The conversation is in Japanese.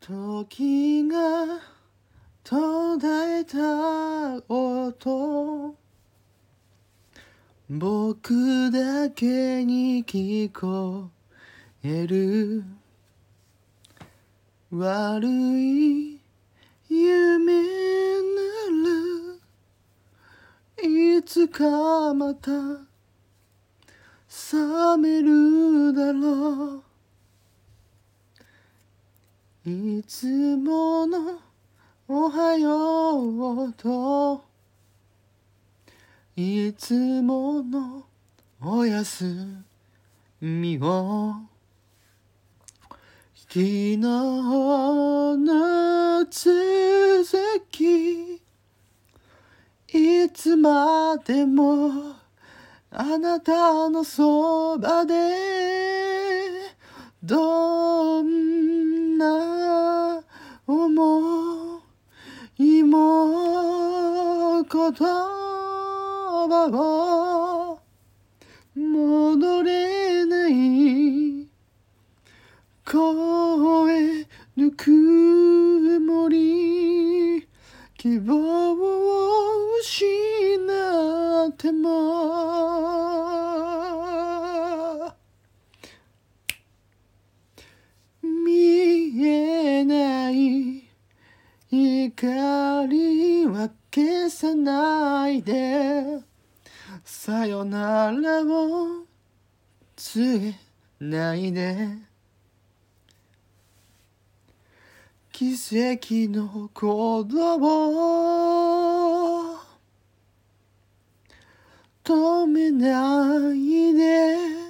時が途絶えた音、僕だけに聞こえる。悪い夢ならいつかまた覚めるだろう。いつものおはようといつものおやすみを、昨日の続き、いつまでもあなたのそばで、どんな思いも言葉を戻れない、声ぬくもり、希望を失っても見えない光は消さないで、さよならを告げないで、奇跡の鼓動を止めないで。